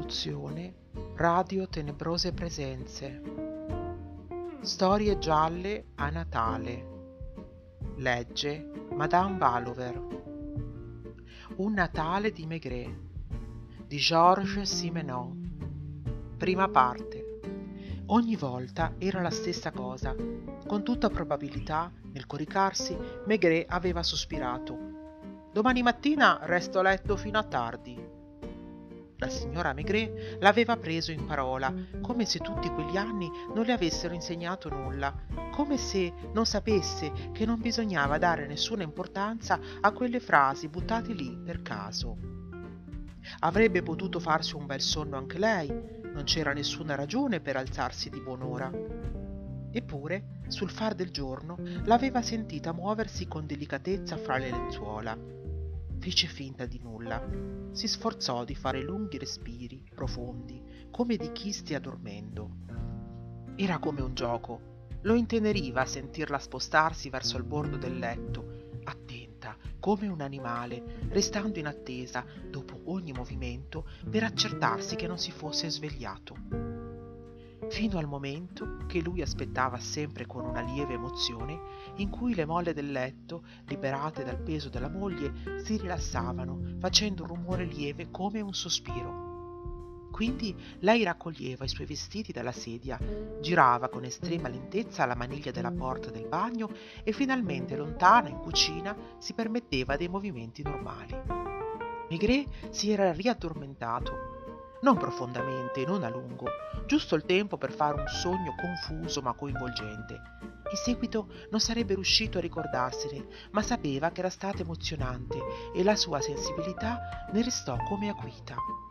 Produzione Radio Tenebrose Presenze. Storie gialle a Natale. Legge Madame Valover. Un Natale di Maigret di Georges Simenon. Prima parte. Ogni volta era la stessa cosa. Con tutta probabilità, nel coricarsi, Maigret aveva sospirato: «Domani mattina resto a letto fino a tardi». La signora Maigret l'aveva preso in parola, come se tutti quegli anni non le avessero insegnato nulla, come se non sapesse che non bisognava dare nessuna importanza a quelle frasi buttate lì per caso. Avrebbe potuto farsi un bel sonno anche lei, non c'era nessuna ragione per alzarsi di buon'ora. Eppure, sul far del giorno, l'aveva sentita muoversi con delicatezza fra le lenzuola. Fece finta di nulla. Si sforzò di fare lunghi respiri profondi, come di chi stia dormendo. Era come un gioco. Lo inteneriva sentirla spostarsi verso il bordo del letto, attenta, come un animale, restando in attesa, dopo ogni movimento, per accertarsi che non si fosse svegliato. Fino al momento che lui aspettava sempre con una lieve emozione, in cui le molle del letto, liberate dal peso della moglie, si rilassavano, facendo un rumore lieve come un sospiro. Quindi lei raccoglieva i suoi vestiti dalla sedia, girava con estrema lentezza la maniglia della porta del bagno e finalmente, lontana in cucina, si permetteva dei movimenti normali. Maigret si era riaddormentato. Non profondamente, non a lungo, giusto il tempo per fare un sogno confuso ma coinvolgente. In seguito non sarebbe riuscito a ricordarsene, ma sapeva che era stata emozionante e la sua sensibilità ne restò come acuita.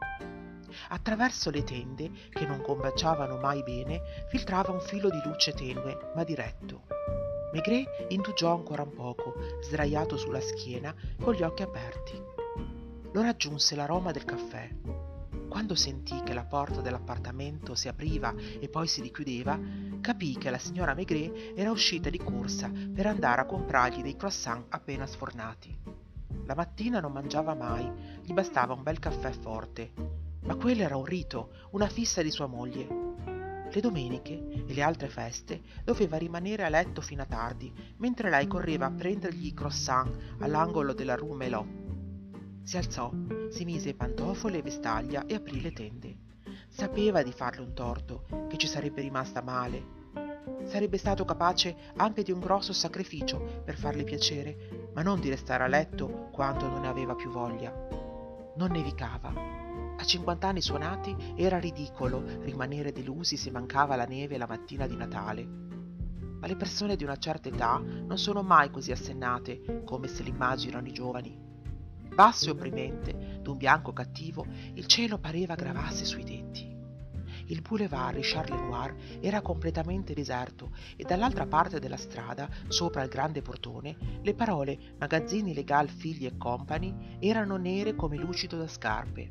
Attraverso le tende, che non combaciavano mai bene, filtrava un filo di luce tenue, ma diretto. Maigret indugiò ancora un poco, sdraiato sulla schiena, con gli occhi aperti. Lo raggiunse l'aroma del caffè. Quando sentì che la porta dell'appartamento si apriva e poi si richiudeva, capì che la signora Maigret era uscita di corsa per andare a comprargli dei croissant appena sfornati. La mattina non mangiava mai, gli bastava un bel caffè forte, ma quello era un rito, una fissa di sua moglie. Le domeniche e le altre feste doveva rimanere a letto fino a tardi, mentre lei correva a prendergli i croissant all'angolo della Rue Melot. Si alzò, si mise pantofole e vestaglia e aprì le tende. Sapeva di farle un torto, che ci sarebbe rimasta male. Sarebbe stato capace anche di un grosso sacrificio per farle piacere, ma non di restare a letto quando non ne aveva più voglia. Non nevicava. A 50 anni suonati era ridicolo rimanere delusi se mancava la neve la mattina di Natale. Ma le persone di una certa età non sono mai così assennate come se l'immaginano i giovani. Basso e opprimente, d'un bianco cattivo, il cielo pareva gravasse sui tetti. Il boulevard Richard Lenoir era completamente deserto e dall'altra parte della strada, sopra il grande portone, le parole Magazzini Legal Figli e Company erano nere come lucido da scarpe.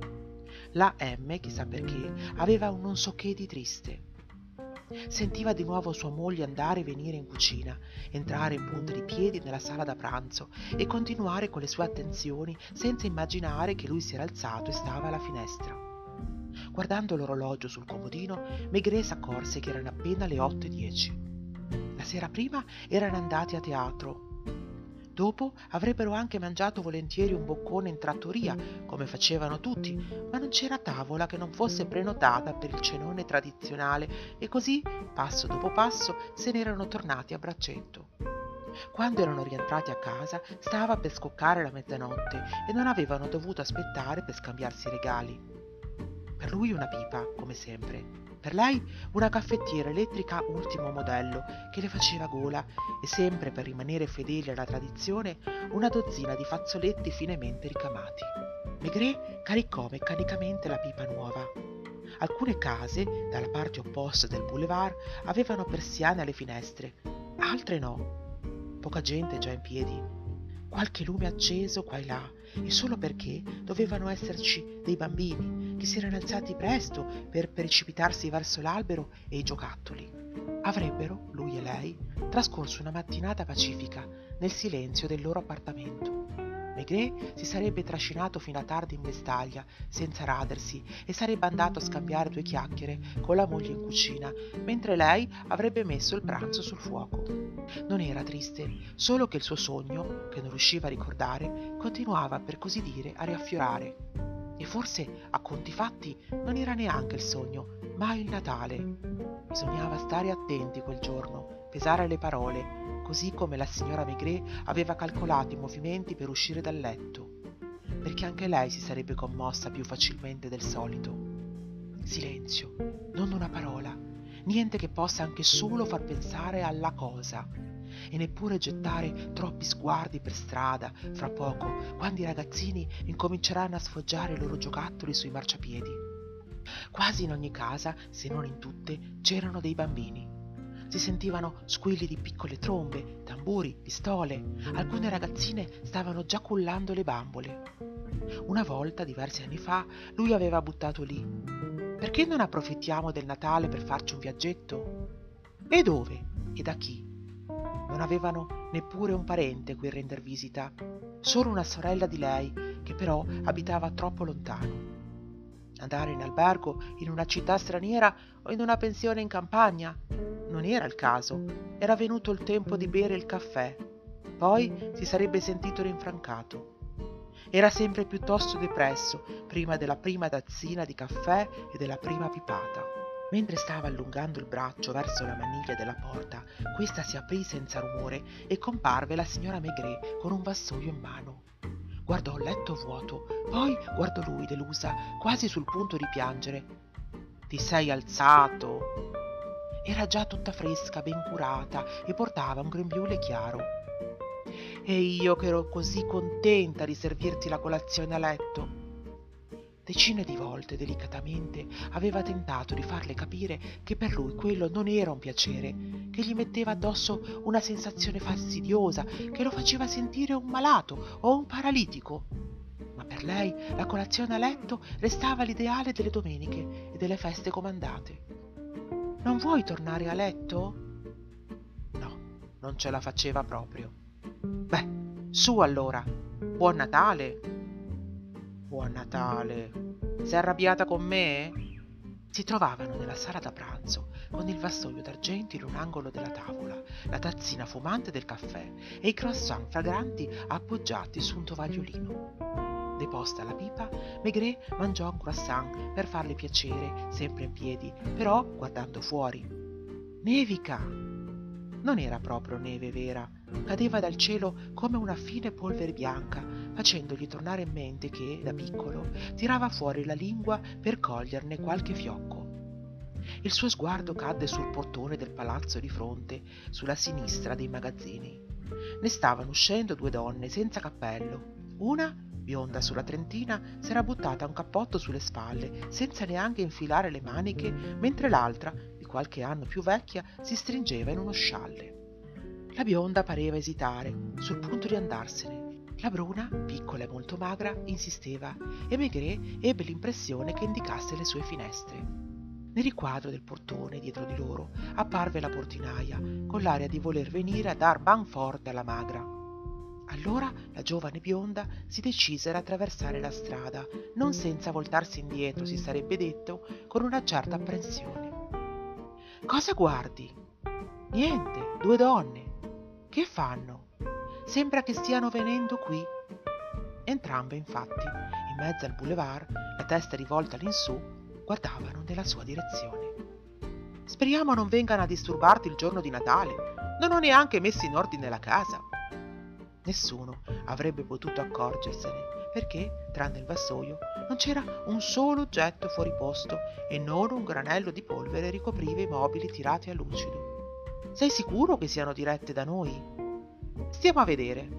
La M, chissà perché, aveva un non so che di triste. Sentiva di nuovo sua moglie andare e venire in cucina, entrare in punta di piedi nella sala da pranzo e continuare con le sue attenzioni senza immaginare che lui si era alzato e stava alla finestra. Guardando l'orologio sul comodino, Maigret s'accorse che erano appena le 8:10. La sera prima erano andati a teatro. Dopo avrebbero anche mangiato volentieri un boccone in trattoria, come facevano tutti, ma non c'era tavola che non fosse prenotata per il cenone tradizionale e così, passo dopo passo, se n'erano tornati a braccetto. Quando erano rientrati a casa, stava per scoccare la mezzanotte e non avevano dovuto aspettare per scambiarsi i regali. Per lui una pipa, come sempre. Per lei una caffettiera elettrica ultimo modello che le faceva gola e sempre per rimanere fedeli alla tradizione una dozzina di fazzoletti finemente ricamati. Maigret caricò meccanicamente la pipa nuova. Alcune case, dalla parte opposta del boulevard, avevano persiane alle finestre, altre no. Poca gente già in piedi. Qualche lume acceso qua e là, e solo perché dovevano esserci dei bambini che si erano alzati presto per precipitarsi verso l'albero e i giocattoli. Avrebbero, lui e lei, trascorso una mattinata pacifica nel silenzio del loro appartamento. Maigret si sarebbe trascinato fino a tardi in vestaglia, senza radersi, e sarebbe andato a scambiare 2 chiacchiere con la moglie in cucina, mentre lei avrebbe messo il pranzo sul fuoco. Non era triste, solo che il suo sogno, che non riusciva a ricordare, continuava per così dire a riaffiorare. E forse, a conti fatti, non era neanche il sogno, ma il Natale. Bisognava stare attenti quel giorno, pesare le parole, così come la signora Maigret aveva calcolato i movimenti per uscire dal letto, perché anche lei si sarebbe commossa più facilmente del solito. Silenzio, non una parola, niente che possa anche solo far pensare alla cosa, e neppure gettare troppi sguardi per strada fra poco, quando i ragazzini incominceranno a sfoggiare i loro giocattoli sui marciapiedi. Quasi in ogni casa, se non in tutte, c'erano dei bambini. Si sentivano squilli di piccole trombe, tamburi, pistole. Alcune ragazzine stavano già cullando le bambole. Una volta, diversi anni fa, lui aveva buttato lì: perché non approfittiamo del Natale per farci un viaggetto? E dove? E da chi? Non avevano neppure un parente a cui render visita, solo una sorella di lei, che però abitava troppo lontano. Andare in albergo in una città straniera o in una pensione in campagna? Non era il caso, era venuto il tempo di bere il caffè, poi si sarebbe sentito rinfrancato. Era sempre piuttosto depresso prima della prima tazzina di caffè e della prima pipata. Mentre stava allungando il braccio verso la maniglia della porta, questa si aprì senza rumore e comparve la signora Maigret con un vassoio in mano. Guardò il letto vuoto, poi guardò lui, delusa, quasi sul punto di piangere. «Ti sei alzato?» Era già tutta fresca, ben curata, e portava un grembiule chiaro. «E io che ero così contenta di servirti la colazione a letto!» Decine di volte, delicatamente, aveva tentato di farle capire che per lui quello non era un piacere, che gli metteva addosso una sensazione fastidiosa, che lo faceva sentire un malato o un paralitico. Ma per lei la colazione a letto restava l'ideale delle domeniche e delle feste comandate. «Non vuoi tornare a letto?» No, non ce la faceva proprio. «Beh, su allora! Buon Natale!» «Buon Natale! Sei arrabbiata con me?» Si trovavano nella sala da pranzo, con il vassoio d'argento in un angolo della tavola, la tazzina fumante del caffè e i croissant fragranti appoggiati su un tovagliolino. Deposta la pipa, Maigret mangiò un croissant per farle piacere, sempre in piedi, però guardando fuori. Nevica! Non era proprio neve vera, cadeva dal cielo come una fine polvere bianca, facendogli tornare in mente che, da piccolo, tirava fuori la lingua per coglierne qualche fiocco. Il suo sguardo cadde sul portone del palazzo di fronte, sulla sinistra dei magazzini. Ne stavano uscendo 2 donne senza cappello. Una, bionda sulla trentina, s'era buttata un cappotto sulle spalle, senza neanche infilare le maniche, mentre l'altra, di qualche anno più vecchia, si stringeva in uno scialle. La bionda pareva esitare, sul punto di andarsene. La bruna, piccola e molto magra, insisteva, e Maigret ebbe l'impressione che indicasse le sue finestre. Nel riquadro del portone, dietro di loro, apparve la portinaia, con l'aria di voler venire a dar manforte alla magra. Allora la giovane bionda si decise ad attraversare la strada, non senza voltarsi indietro, si sarebbe detto, con una certa apprensione. «Cosa guardi?» «Niente, 2 donne. Che fanno?» «Sembra che stiano venendo qui.» Entrambe, infatti, in mezzo al boulevard, la testa rivolta all'insù, guardavano nella sua direzione. «Speriamo non vengano a disturbarti il giorno di Natale. Non ho neanche messo in ordine la casa.» Nessuno avrebbe potuto accorgersene, perché, tranne il vassoio, non c'era un solo oggetto fuori posto e non un granello di polvere ricopriva i mobili tirati a lucido. «Sei sicuro che siano dirette da noi?» «Stiamo a vedere.»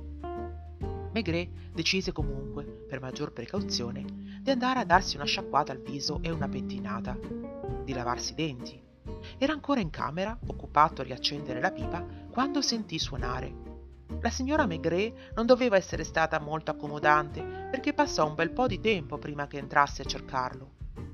Maigret decise comunque, per maggior precauzione, di andare a darsi una sciacquata al viso e una pettinata, di lavarsi i denti. Era ancora in camera, occupato a riaccendere la pipa, quando sentì suonare. La signora Maigret non doveva essere stata molto accomodante, perché passò un bel po' di tempo prima che entrasse a cercarlo.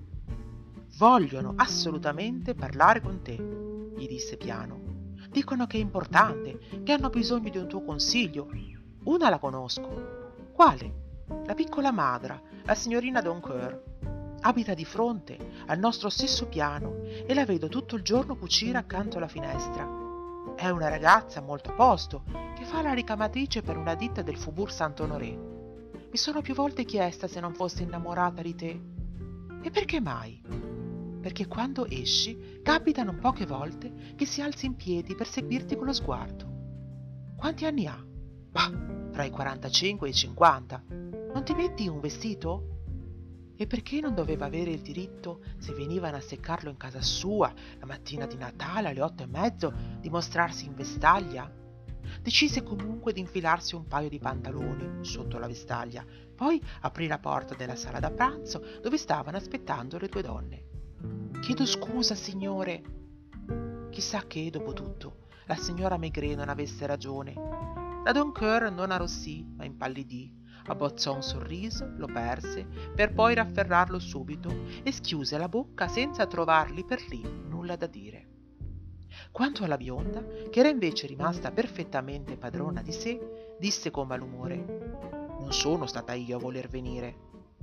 «Vogliono assolutamente parlare con te», gli disse piano. «Dicono che è importante, che hanno bisogno di un tuo consiglio. Una la conosco.» Quale? La piccola magra, la signorina Doncoeur. Abita di fronte, al nostro stesso piano, e la vedo tutto il giorno cucire accanto alla finestra. È una ragazza molto a posto, che fa la ricamatrice per una ditta del Faubourg Saint-Honoré. Mi sono più volte chiesta se non fossi innamorata di te. E perché mai? Perché quando esci capitano poche volte che si alzi in piedi per seguirti con lo sguardo. Quanti anni ha? Bah, fra i 45 e i 50. Non ti metti un vestito? E perché non doveva avere il diritto, se venivano a seccarlo in casa sua, la mattina di Natale alle 8:30, di mostrarsi in vestaglia? Decise comunque di infilarsi un paio di pantaloni sotto la vestaglia, poi aprì la porta della sala da pranzo dove stavano aspettando le due donne. «Chiedo scusa, signore!» Chissà che, dopo tutto, la signora Maigret non avesse ragione. La Doncoeur non arrossì, ma impallidì, abbozzò un sorriso, lo perse, per poi rafferrarlo subito e schiuse la bocca senza trovar lì per lì nulla da dire. Quanto alla bionda, che era invece rimasta perfettamente padrona di sé, disse con malumore: «Non sono stata io a voler venire».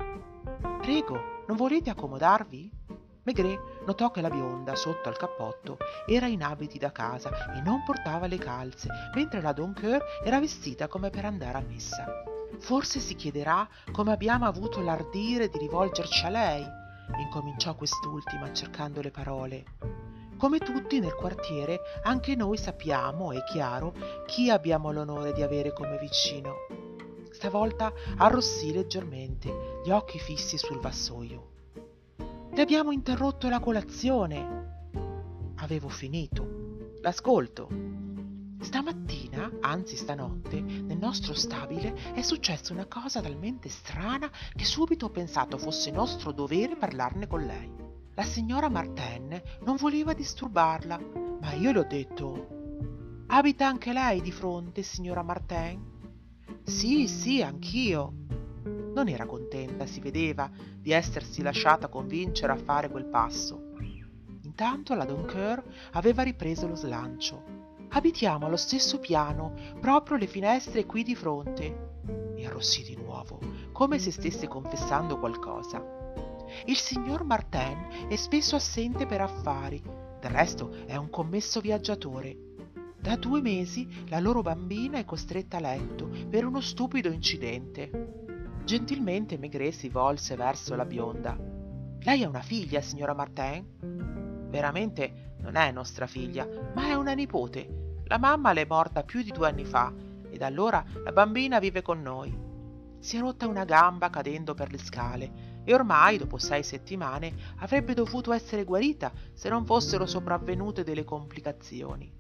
«Prego, non volete accomodarvi?» Maigret notò che la bionda, sotto al cappotto, era in abiti da casa e non portava le calze, mentre la Doncoeur era vestita come per andare a messa. «Forse si chiederà come abbiamo avuto l'ardire di rivolgerci a lei», incominciò quest'ultima cercando le parole. «Come tutti nel quartiere, anche noi sappiamo, è chiaro, chi abbiamo l'onore di avere come vicino». Stavolta arrossì leggermente, gli occhi fissi sul vassoio. «Le abbiamo interrotto la colazione». «Avevo finito. L'ascolto». «Stamattina, anzi stanotte, nel nostro stabile è successa una cosa talmente strana che subito ho pensato fosse nostro dovere parlarne con lei. La signora Martin non voleva disturbarla, ma io le ho detto: «Abita anche lei di fronte, signora Martin?» «Sì, sì, anch'io». Non era contenta, si vedeva, di essersi lasciata convincere a fare quel passo. Intanto la Doncoeur aveva ripreso lo slancio. «Abitiamo allo stesso piano, proprio le finestre qui di fronte». E arrossì di nuovo, come se stesse confessando qualcosa. «Il signor Martin è spesso assente per affari, del resto è un commesso viaggiatore. Da 2 mesi la loro bambina è costretta a letto per uno stupido incidente». Gentilmente Maigret si volse verso la bionda. «Lei ha una figlia, signora Martin?» «Veramente non è nostra figlia, ma è una nipote. La mamma le è morta più di 2 anni fa e da allora la bambina vive con noi. Si è rotta una gamba cadendo per le scale e ormai, dopo 6 settimane, avrebbe dovuto essere guarita se non fossero sopravvenute delle complicazioni.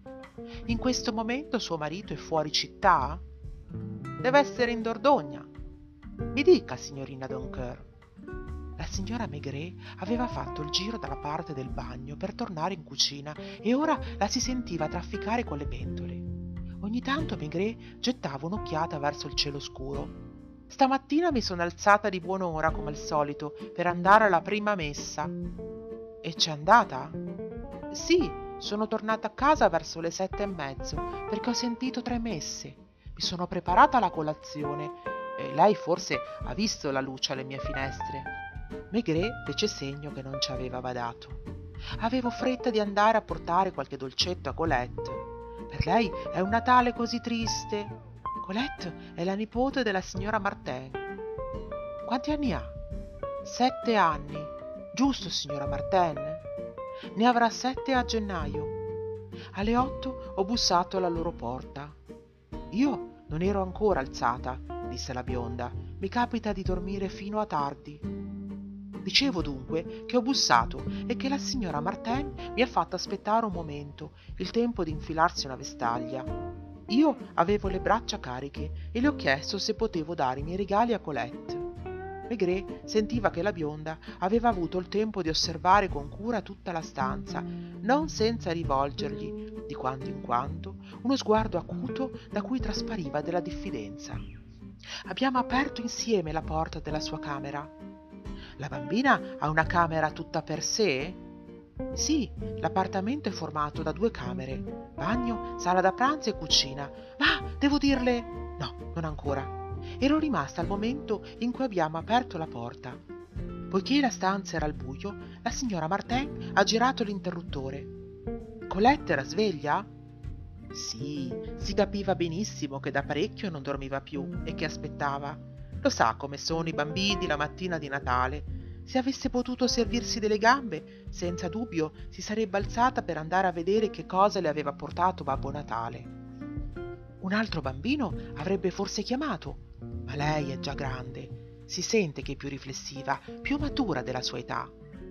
In questo momento suo marito è fuori città? Deve essere in Dordogne. Mi dica, signorina Doncoeur». La signora Maigret aveva fatto il giro dalla parte del bagno per tornare in cucina e ora la si sentiva trafficare con le pentole. Ogni tanto Maigret gettava un'occhiata verso il cielo scuro. «Stamattina mi sono alzata di buon'ora come al solito per andare alla prima messa». «E c'è andata?» «Sì, sono tornata a casa verso le 7:30 perché ho sentito 3 messe. Mi sono preparata la colazione e lei forse ha visto la luce alle mie finestre». Maigret fece segno che non ci aveva badato. «Avevo fretta di andare a portare qualche dolcetto a Colette. Per lei è un Natale così triste. Colette è la nipote della signora Martin». «Quanti anni ha?» 7 anni. Giusto, signora Martin? Ne avrà 7 a gennaio. Alle 8 ho bussato alla loro porta. Io non ero ancora alzata, disse la bionda. Mi capita di dormire fino a tardi. Dicevo dunque che ho bussato e che la signora Martin mi ha fatto aspettare un momento, il tempo di infilarsi una vestaglia. Io avevo le braccia cariche e le ho chiesto se potevo dare i miei regali a Colette. Maigret sentiva che la bionda aveva avuto il tempo di osservare con cura tutta la stanza, non senza rivolgergli, di quando in quando, uno sguardo acuto da cui traspariva della diffidenza. Abbiamo aperto insieme la porta della sua camera. La bambina ha una camera tutta per sé? Sì, l'appartamento è formato da 2 camere, bagno, sala da pranzo e cucina. Ma devo dirle... No, non ancora. Ero rimasta al momento in cui abbiamo aperto la porta. Poiché la stanza era al buio, la signora Martin ha girato l'interruttore. Colette era sveglia? Sì, si capiva benissimo che da parecchio non dormiva più e che aspettava. Lo sa come sono i bambini la mattina di Natale. Se avesse potuto servirsi delle gambe, senza dubbio si sarebbe alzata per andare a vedere che cosa le aveva portato Babbo Natale. Un altro bambino avrebbe forse chiamato, ma lei è già grande. Si sente che è più riflessiva, più matura della sua età.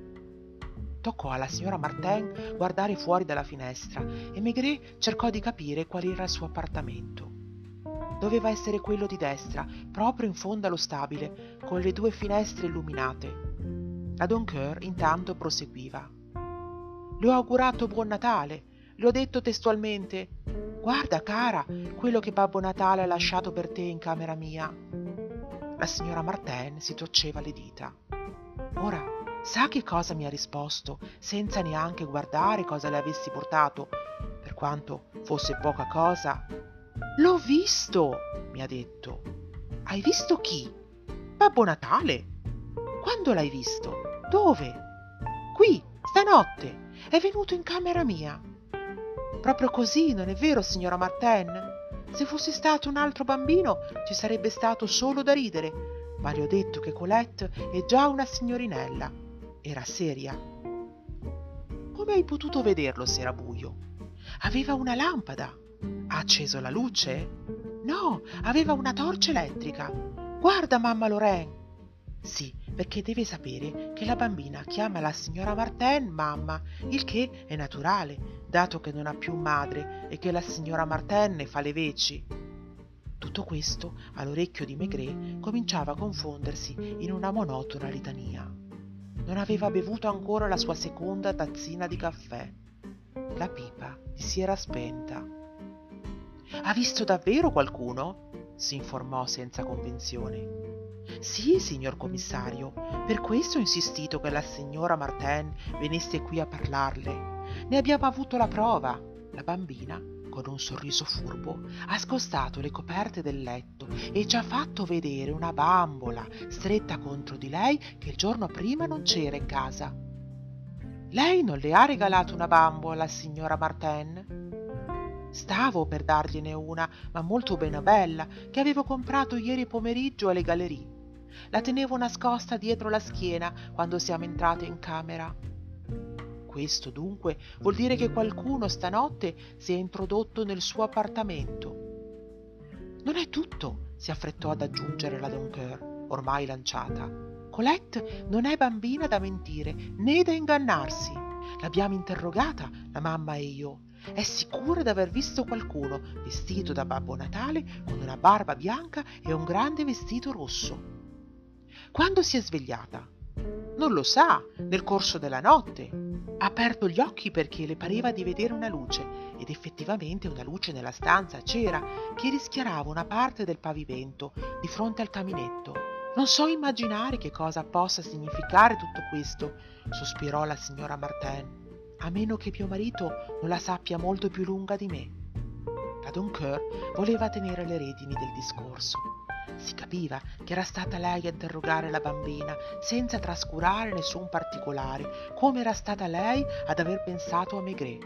Toccò alla signora Martin guardare fuori dalla finestra e Maigret cercò di capire qual era il suo appartamento. Doveva essere quello di destra, proprio in fondo allo stabile, con le 2 finestre illuminate. La Doncoeur intanto proseguiva. Le ho augurato buon Natale, le ho detto testualmente: «Guarda, cara, quello che Babbo Natale ha lasciato per te in camera mia». La signora Martin si torceva le dita. Ora, sa che cosa mi ha risposto, senza neanche guardare cosa le avessi portato, per quanto fosse poca cosa? «L'ho visto», mi ha detto. «Hai visto chi?» «Babbo Natale». «Quando l'hai visto? Dove?» «Qui, stanotte. È venuto in camera mia». «Proprio così, non è vero, signora Martin? Se fosse stato un altro bambino ci sarebbe stato solo da ridere, ma le ho detto che Colette è già una signorinella. Era seria». «Come hai potuto vederlo se era buio?» «Aveva una lampada». «Ha acceso la luce?» «No, aveva una torcia elettrica. Guarda, mamma Lorraine». «Sì, perché deve sapere che la bambina chiama la signora Martin mamma, il che è naturale, dato che non ha più madre e che la signora Martin ne fa le veci». Tutto questo all'orecchio di Maigret cominciava a confondersi in una monotona litania. Non aveva bevuto ancora la sua seconda tazzina di caffè. La pipa gli si era spenta. «Ha visto davvero qualcuno?» si informò senza convinzione. «Sì, signor commissario, per questo ho insistito che la signora Martin venisse qui a parlarle. Ne abbiamo avuto la prova». La bambina, con un sorriso furbo, ha scostato le coperte del letto e ci ha fatto vedere una bambola stretta contro di lei che il giorno prima non c'era in casa. «Lei non le ha regalato una bambola, signora Martin?» «Stavo per dargliene una, ma molto bene bella, che avevo comprato ieri pomeriggio alle Gallerie. La tenevo nascosta dietro la schiena quando siamo entrate in camera». «Questo dunque vuol dire che qualcuno stanotte si è introdotto nel suo appartamento». «Non è tutto», si affrettò ad aggiungere la Doncoeur, ormai lanciata. «Colette non è bambina da mentire né da ingannarsi. L'abbiamo interrogata, la mamma e io. È sicura d'aver visto qualcuno vestito da Babbo Natale con una barba bianca e un grande vestito rosso». «Quando si è svegliata?» «Non lo sa, nel corso della notte. Ha aperto gli occhi perché le pareva di vedere una luce, ed effettivamente una luce nella stanza c'era, che rischiarava una parte del pavimento di fronte al caminetto. Non so immaginare che cosa possa significare tutto questo», sospirò la signora Martin, «a meno che mio marito non la sappia molto più lunga di me». La Doncoeur voleva tenere le redini del discorso. Si capiva che era stata lei a interrogare la bambina senza trascurare nessun particolare, come era stata lei ad aver pensato a Maigret.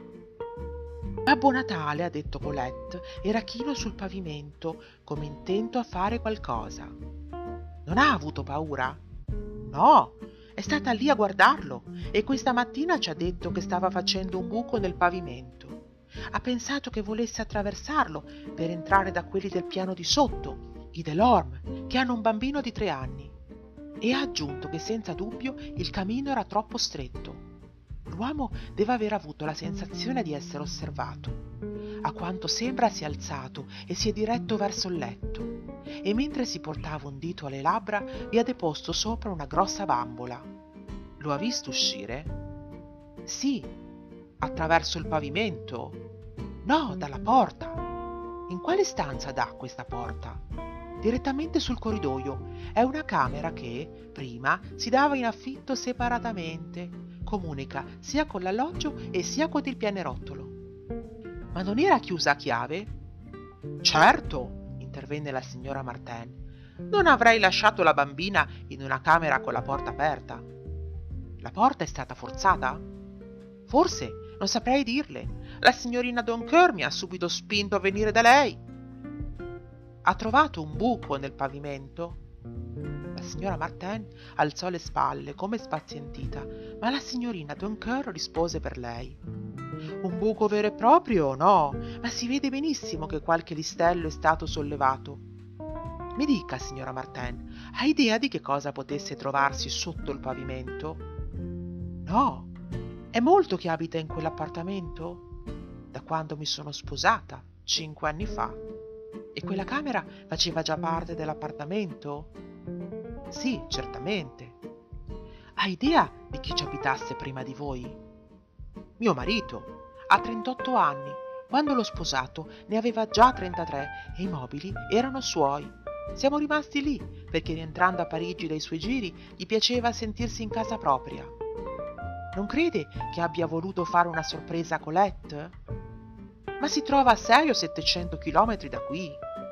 «Babbo Natale», ha detto Colette, era chino sul pavimento, come intento a fare qualcosa. «Non ha avuto paura?» «No, è stata lì a guardarlo e questa mattina ci ha detto che stava facendo un buco nel pavimento. Ha pensato che volesse attraversarlo per entrare da quelli del piano di sotto, i Delorme, che hanno un bambino di 3 anni, e ha aggiunto che senza dubbio il camino era troppo stretto. L'uomo deve aver avuto la sensazione di essere osservato. A quanto sembra si è alzato e si è diretto verso il letto, e mentre si portava un dito alle labbra vi ha deposto sopra una grossa bambola. Lo ha visto uscire?» «Sì». «Attraverso il pavimento?» «No, dalla porta». «In quale stanza dà questa porta?» «Direttamente sul corridoio. È una camera che, prima, si dava in affitto separatamente. Comunica sia con l'alloggio e sia con il pianerottolo». «Ma non era chiusa a chiave?» «Certo», intervenne la signora Martin, non avrei lasciato la bambina in una camera con la porta aperta. La porta è stata forzata? Forse, non saprei dirle. La signorina Doncoeur mi ha subito spinto a venire da lei. Ha trovato un buco nel pavimento? La signora Martin alzò le spalle come spazientita, ma la signorina Doncoeur rispose per lei. Un buco vero e proprio? No, ma si vede benissimo che qualche listello è stato sollevato. Mi dica, signora Martin, ha idea di che cosa potesse trovarsi sotto il pavimento? No. È molto che abita in quell'appartamento? Da quando mi sono sposata, 5 anni fa. E quella camera faceva già parte dell'appartamento? Sì, certamente. Ha idea di chi ci abitasse prima di voi? Mio marito. Ha 38 anni. Quando l'ho sposato ne aveva già 33 e i mobili erano suoi. Siamo rimasti lì perché rientrando a Parigi dai suoi giri gli piaceva sentirsi in casa propria. Non crede che abbia voluto fare una sorpresa a Colette? Ma si trova a 6 o 700 chilometri da qui.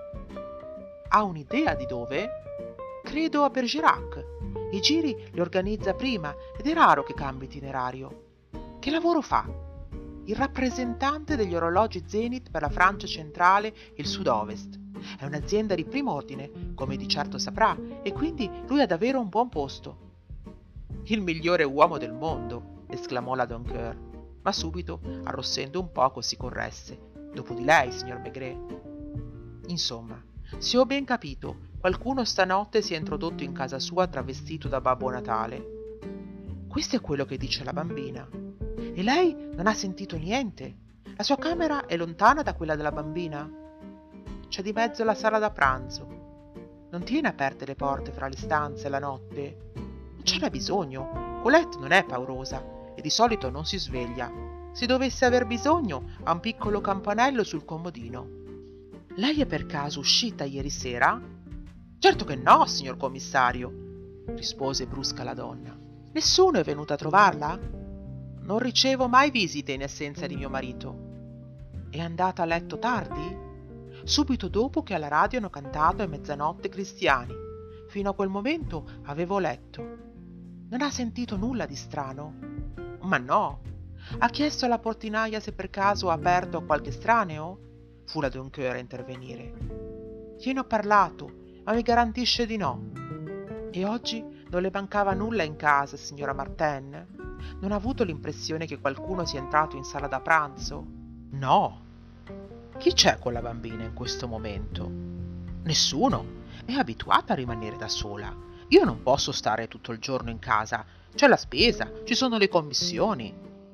Ha un'idea di dove? Credo a Bergerac. I giri li organizza prima ed è raro che cambi itinerario. Che lavoro fa? Il rappresentante degli orologi Zenith per la Francia centrale e il sud-ovest. È un'azienda di primo ordine, come di certo saprà, e quindi lui ha davvero un buon posto. Il migliore uomo del mondo, esclamò la Doncoeur, ma subito, arrossendo un poco, si corresse. Dopo di lei, signor Maigret. Insomma, se ho ben capito, qualcuno stanotte si è introdotto in casa sua travestito da Babbo Natale. Questo è quello che dice la bambina. E lei non ha sentito niente? La sua camera è lontana da quella della bambina? C'è di mezzo la sala da pranzo. Non tiene aperte le porte fra le stanze la notte? Non ce n'è bisogno. Colette non è paurosa e di solito non si sveglia. Se dovesse aver bisogno, ha un piccolo campanello sul comodino. Lei è per caso uscita ieri sera? Certo che no, signor commissario, rispose brusca la donna. Nessuno è venuto a trovarla? Non ricevo mai visite in assenza di mio marito. È andata a letto tardi? Subito dopo che alla radio hanno cantato a mezzanotte cristiani. Fino a quel momento avevo letto. Non ha sentito nulla di strano? Ma no. Ha chiesto alla portinaia se per caso ha aperto a qualche estraneo? Fu la Doncoeur a intervenire. Gliene ho parlato, ma mi garantisce di no. E oggi non le mancava nulla in casa, signora Martin? Non ha avuto l'impressione che qualcuno sia entrato in sala da pranzo? No. Chi c'è con la bambina in questo momento? Nessuno. È abituata a rimanere da sola. Io non posso stare tutto il giorno in casa. C'è la spesa, ci sono le commissioni.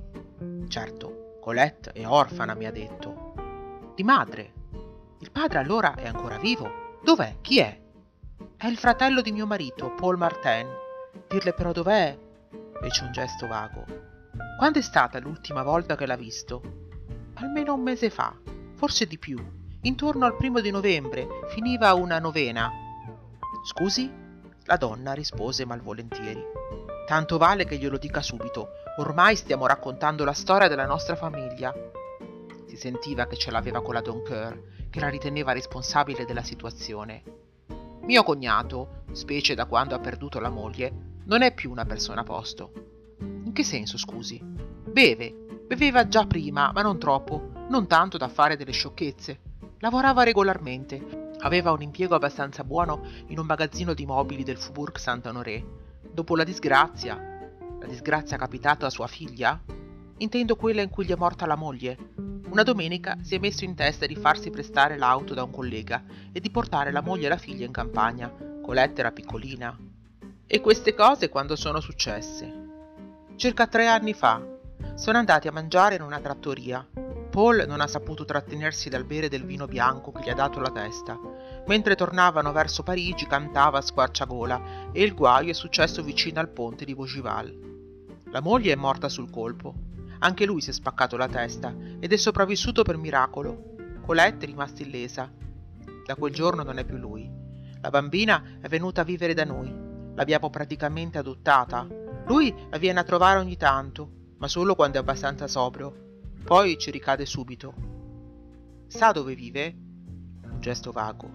Certo, Colette è orfana, mi ha detto. Di madre. Il padre allora è ancora vivo. Dov'è? Chi è? È il fratello di mio marito, Paul Martin. Dirle però dov'è? Fece un gesto vago. Quando è stata l'ultima volta che l'ha visto? Almeno un mese fa, forse di più. Intorno al 1 novembre finiva una novena. Scusi? La donna rispose malvolentieri. Tanto vale che glielo dica subito. Ormai stiamo raccontando la storia della nostra famiglia. Si sentiva che ce l'aveva con la Doncoeur, che la riteneva responsabile della situazione. Mio cognato, specie da quando ha perduto la moglie, non è più una persona a posto. In che senso, scusi? Beveva già prima, ma non troppo, non tanto da fare delle sciocchezze. Lavorava regolarmente, aveva un impiego abbastanza buono in un magazzino di mobili del Faubourg Saint-Honoré. Dopo la disgrazia capitata a sua figlia? Intendo quella in cui gli è morta la moglie. Una domenica si è messo in testa di farsi prestare l'auto da un collega e di portare la moglie e la figlia in campagna. Colette era piccolina. E queste cose quando sono successe? Circa 3 anni fa. Sono andati a mangiare in una trattoria. Paul non ha saputo trattenersi dal bere del vino bianco che gli ha dato la testa. Mentre tornavano verso Parigi cantava a squarciagola e il guaio è successo vicino al ponte di Bougival. La moglie è morta sul colpo. Anche lui si è spaccato la testa ed è sopravvissuto per miracolo. Colette è rimasta illesa. Da quel giorno non è più lui. La bambina è venuta a vivere da noi. L'abbiamo praticamente adottata. Lui la viene a trovare ogni tanto, ma solo quando è abbastanza sobrio. Poi ci ricade subito. Sa dove vive? Un gesto vago.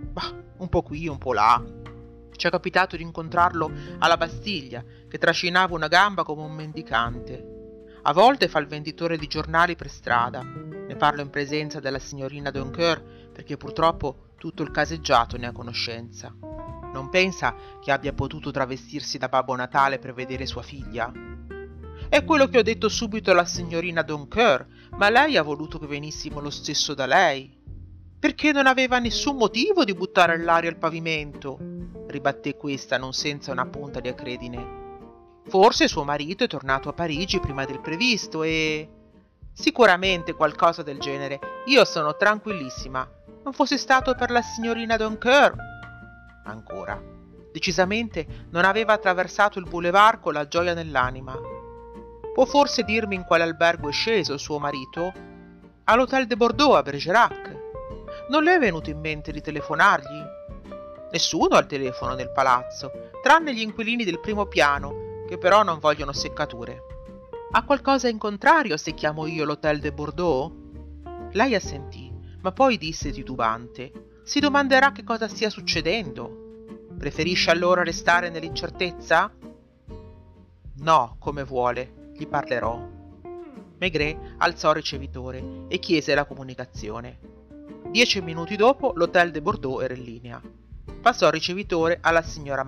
Bah, un po' qui, un po' là. Ci è capitato di incontrarlo alla Bastiglia, che trascinava una gamba come un mendicante. A volte fa il venditore di giornali per strada. Ne parlo in presenza della signorina Doncoeur, perché purtroppo tutto il caseggiato ne ha conoscenza. Non pensa che abbia potuto travestirsi da Babbo Natale per vedere sua figlia? È quello che ho detto subito alla signorina Doncoeur, ma lei ha voluto che venissimo lo stesso da lei. Perché non aveva nessun motivo di buttare all'aria il pavimento, ribatté questa non senza una punta di acredine. Forse suo marito è tornato a Parigi prima del previsto e... Sicuramente qualcosa del genere. Io sono tranquillissima. Non fosse stato per la signorina Doncoeur. Ancora. Decisamente non aveva attraversato il boulevard con la gioia nell'anima. Può forse dirmi in quale albergo è sceso suo marito? All'Hôtel de Bordeaux a Bergerac. Non le è venuto in mente di telefonargli? Nessuno al telefono nel palazzo, tranne gli inquilini del primo piano, che però non vogliono seccature. Ha qualcosa in contrario se chiamo io l'Hôtel de Bordeaux? Lei assentì, ma poi disse titubante: si domanderà che cosa stia succedendo. Preferisce allora restare nell'incertezza? No, come vuole, gli parlerò. Maigret alzò il ricevitore e chiese la comunicazione. 10 minuti dopo l'Hôtel de Bordeaux era in linea. Passò il ricevitore alla signora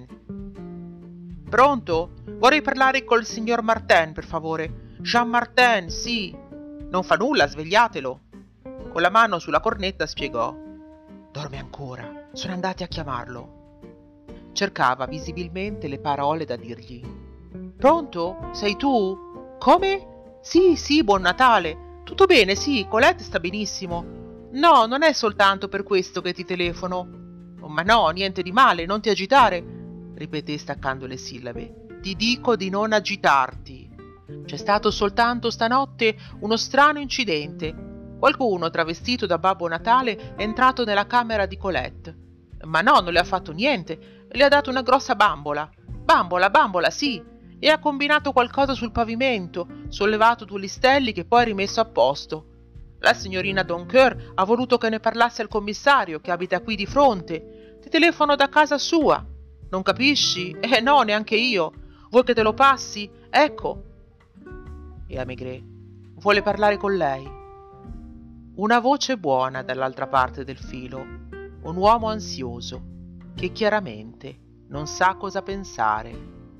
Martin. Pronto? Vorrei parlare col signor Martin, per favore. Jean Martin, sì. Non fa nulla, svegliatelo. Con la mano sulla cornetta spiegò. Dorme ancora. Sono andati a chiamarlo. Cercava visibilmente le parole da dirgli. Pronto? Sei tu? Come? Sì, buon Natale. Tutto bene, sì, Colette sta benissimo. No, non è soltanto per questo che ti telefono. Oh, ma no, niente di male, non ti agitare, ripeté staccando le sillabe. Ti dico di non agitarti. C'è stato soltanto stanotte uno strano incidente. Qualcuno travestito da Babbo Natale è entrato nella camera di Colette. Ma no, non le ha fatto niente, le ha dato una grossa bambola. Bambola, sì. E ha combinato qualcosa sul pavimento, sollevato 2 listelli che poi ha rimesso a posto. La signorina Doncoeur ha voluto che ne parlasse al commissario che abita qui di fronte. Ti telefono da casa sua. Non capisci? No, neanche io. Vuoi che te lo passi? Ecco. E a Maigret: vuole parlare con lei. Una voce buona dall'altra parte del filo. Un uomo ansioso che chiaramente non sa cosa pensare.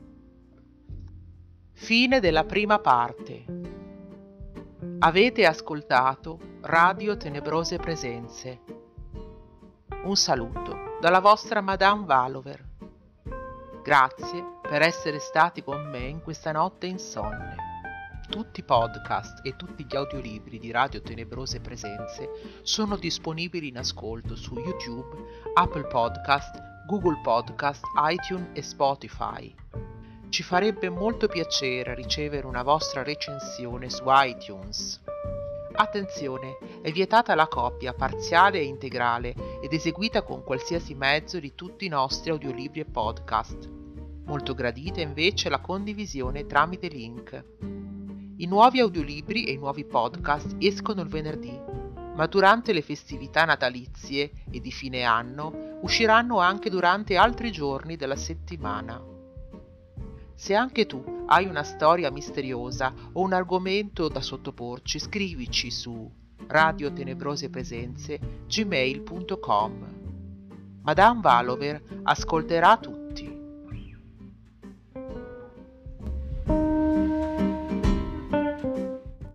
Fine della prima parte. Avete ascoltato Radio Tenebrose Presenze. Un saluto dalla vostra Madame Valover. Grazie per essere stati con me in questa notte insonne. Tutti i podcast e tutti gli audiolibri di Radio Tenebrose Presenze sono disponibili in ascolto su YouTube, Apple Podcast, Google Podcast, iTunes e Spotify. Ci farebbe molto piacere ricevere una vostra recensione su iTunes. Attenzione, è vietata la copia parziale e integrale ed eseguita con qualsiasi mezzo di tutti i nostri audiolibri e podcast. Molto gradita invece la condivisione tramite link. I nuovi audiolibri e i nuovi podcast escono il venerdì, ma durante le festività natalizie e di fine anno usciranno anche durante altri giorni della settimana. Se anche tu hai una storia misteriosa o un argomento da sottoporci, scrivici su radiotenebrosepresenze@gmail.com. Madame Valover ascolterà tutti.